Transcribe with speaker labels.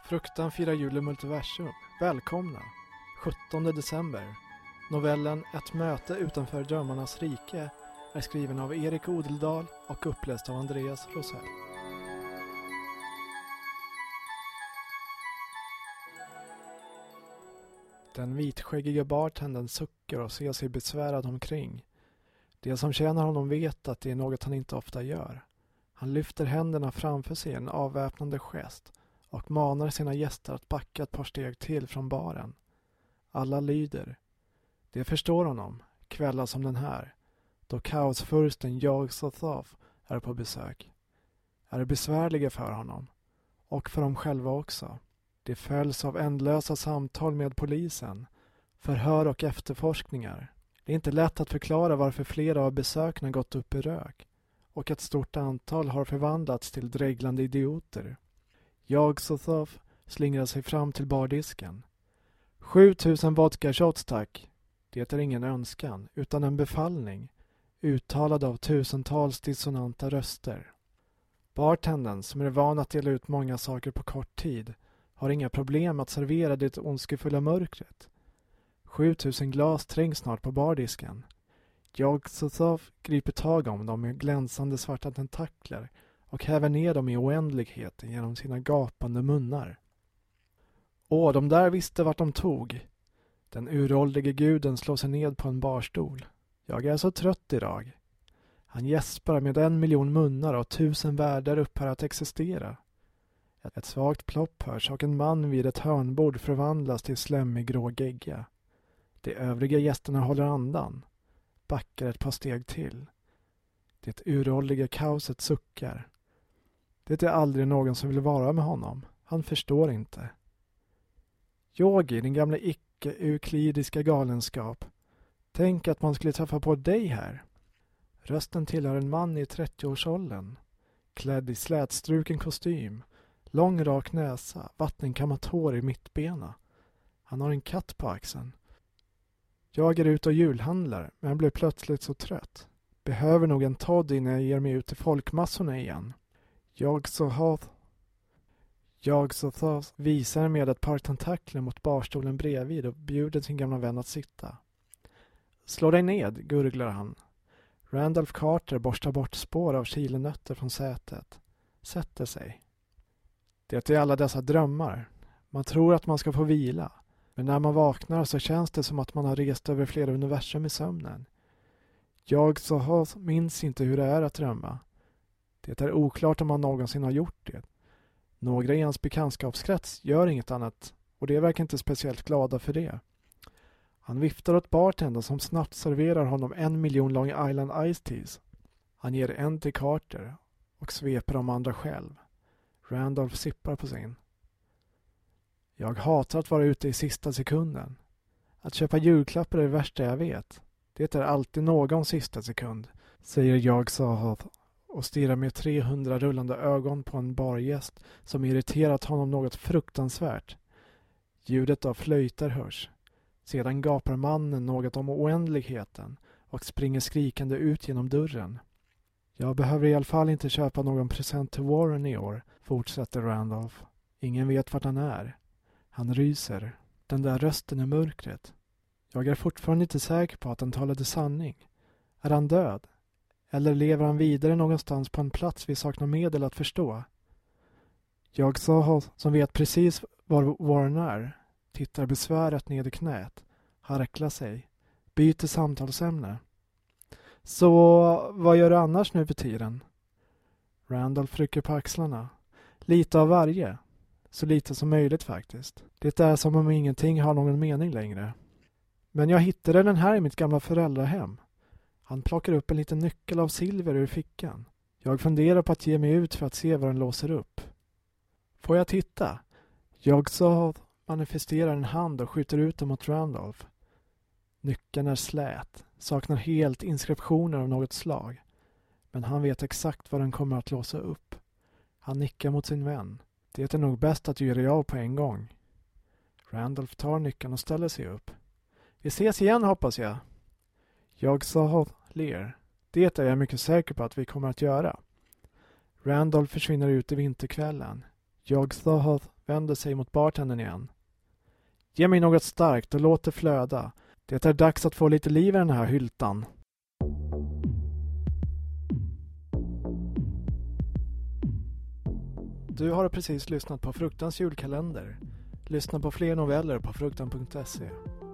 Speaker 1: Fruktan firar jul i multiversum. Välkomna! 17 december. Novellen Ett möte utanför drömmarnas rike är skriven av Erik Odeldal och uppläst av Andreas Rosell. Den vitskäggiga bartendern suckar och ser sig besvärad omkring. De som känner honom vet att det är något han inte ofta gör. Han lyfter händerna framför sig i en avväpnande gest och manar sina gäster att backa ett par steg till från baren. Alla lyder. De förstår honom, kvällar som den här, då kaosfursten Jag-Sothoth är på besök. Är besvärliga för honom, och för dem själva också. Det följs av ändlösa samtal med polisen, förhör och efterforskningar. Det är inte lätt att förklara varför flera av besökarna gått upp i rök, och ett stort antal har förvandlats till dreglande idioter. Jag-Sothoth slingrar sig fram till bardisken. 7000 vodka shots tack. Det är ingen önskan, utan en befallning, uttalad av tusentals dissonanta röster. Bartendern, som är van att dela ut många saker på kort tid, har inga problem att servera det ondskefulla mörkret. 7000 glas trängs snart på bardisken. Jag-Sothoth griper tag om dem med glänsande svarta tentakler och häver ner dem i oändligheten genom sina gapande munnar. Åh, de där visste vart de tog. Den uråldrige guden slår sig ned på en barstol. Jag är så trött idag. Han gäspar med 1 miljon munnar och 1000 världar upphör att existera. Ett svagt plopp hörs och en man vid ett hörnbord förvandlas till slemmig grå gegga. De övriga gästerna håller andan. Backar ett par steg till. Det uråldriga kaoset suckar. Det är aldrig någon som vill vara med honom. Han förstår inte. Yogi, din gamla icke-euklidiska galenskap. Tänk att man skulle träffa på dig här. Rösten tillhör en man i 30-årsåldern. Klädd i slätstruken kostym. Lång rak näsa, vattenkammat hår i mittbena. Han har en katt på axeln. Jag är ute och julhandlar, men blir plötsligt så trött. Behöver nog en todd innan jag ger mig ut till folkmassorna igen. Jag-Sothoth visar med ett par tentakler mot barstolen bredvid och bjuder sin gamla vän att sitta. Slå dig ned, gurglar han. Randolph Carter borstar bort spår av chilenötter från sätet. Sätter sig. Det är alla dessa drömmar. Man tror att man ska få vila. Men när man vaknar så känns det som att man har rest över flera universum i sömnen. Jag-Sothoth minns inte hur det är att drömma. Det är oklart om man någonsin har gjort det. Några i hans bekantskapskrets gör inget annat och de verkar inte speciellt glada för det. Han viftar åt bartendern som snabbt serverar honom 1 miljon Long Island Iced Teas. Han ger en till Carter och sveper de andra själv. Randolph sippar på sin. Jag hatar att vara ute i sista sekunden. Att köpa julklappar är det värsta jag vet. Det är alltid någon sista sekund, säger Jag-Sothoth och stirrar med 300 rullande ögon på en bargäst som irriterat honom något fruktansvärt. Ljudet av flöjter hörs. Sedan gapar mannen något om oändligheten och springer skrikande ut genom dörren. Jag behöver i alla fall inte köpa någon present till Warren i år, fortsätter Randolph. Ingen vet vart han är. Han ryser. Den där rösten i mörkret. Jag är fortfarande inte säker på att han talade sanning. Är han död? Eller lever han vidare någonstans på en plats vi saknar medel att förstå? Jag-Sothoth, som vet precis var Warren är, tittar besvärat ned i knät, harklar sig, byter samtalsämne. Så vad gör du annars nu för tiden? Randolph rycker på axlarna. Lite av varje. Så lite som möjligt faktiskt. Det är som om ingenting har någon mening längre. Men jag hittade den här i mitt gamla föräldrahem. Han plockar upp en liten nyckel av silver ur fickan. Jag funderar på att ge mig ut för att se vad den låser upp. Får jag titta? Jag-Sothoth manifesterar en hand och skjuter ut den mot Randolph. Nyckeln är slät, saknar helt inskriptioner av något slag. Men han vet exakt vad den kommer att låsa upp. Han nickar mot sin vän. Det är nog bäst att göra av på en gång. Randolph tar nyckeln och ställer sig upp. Vi ses igen hoppas jag. Jag-Sothoth ler. Det är jag mycket säker på att vi kommer att göra. Randolph försvinner ut i vinterkvällen. Jagstad vänder sig mot bartendern igen. Ge mig något starkt och låt det flöda. Det är dags att få lite liv i den här hyltan. Du har precis lyssnat på Fruktans julkalender. Lyssna på fler noveller på fruktan.se.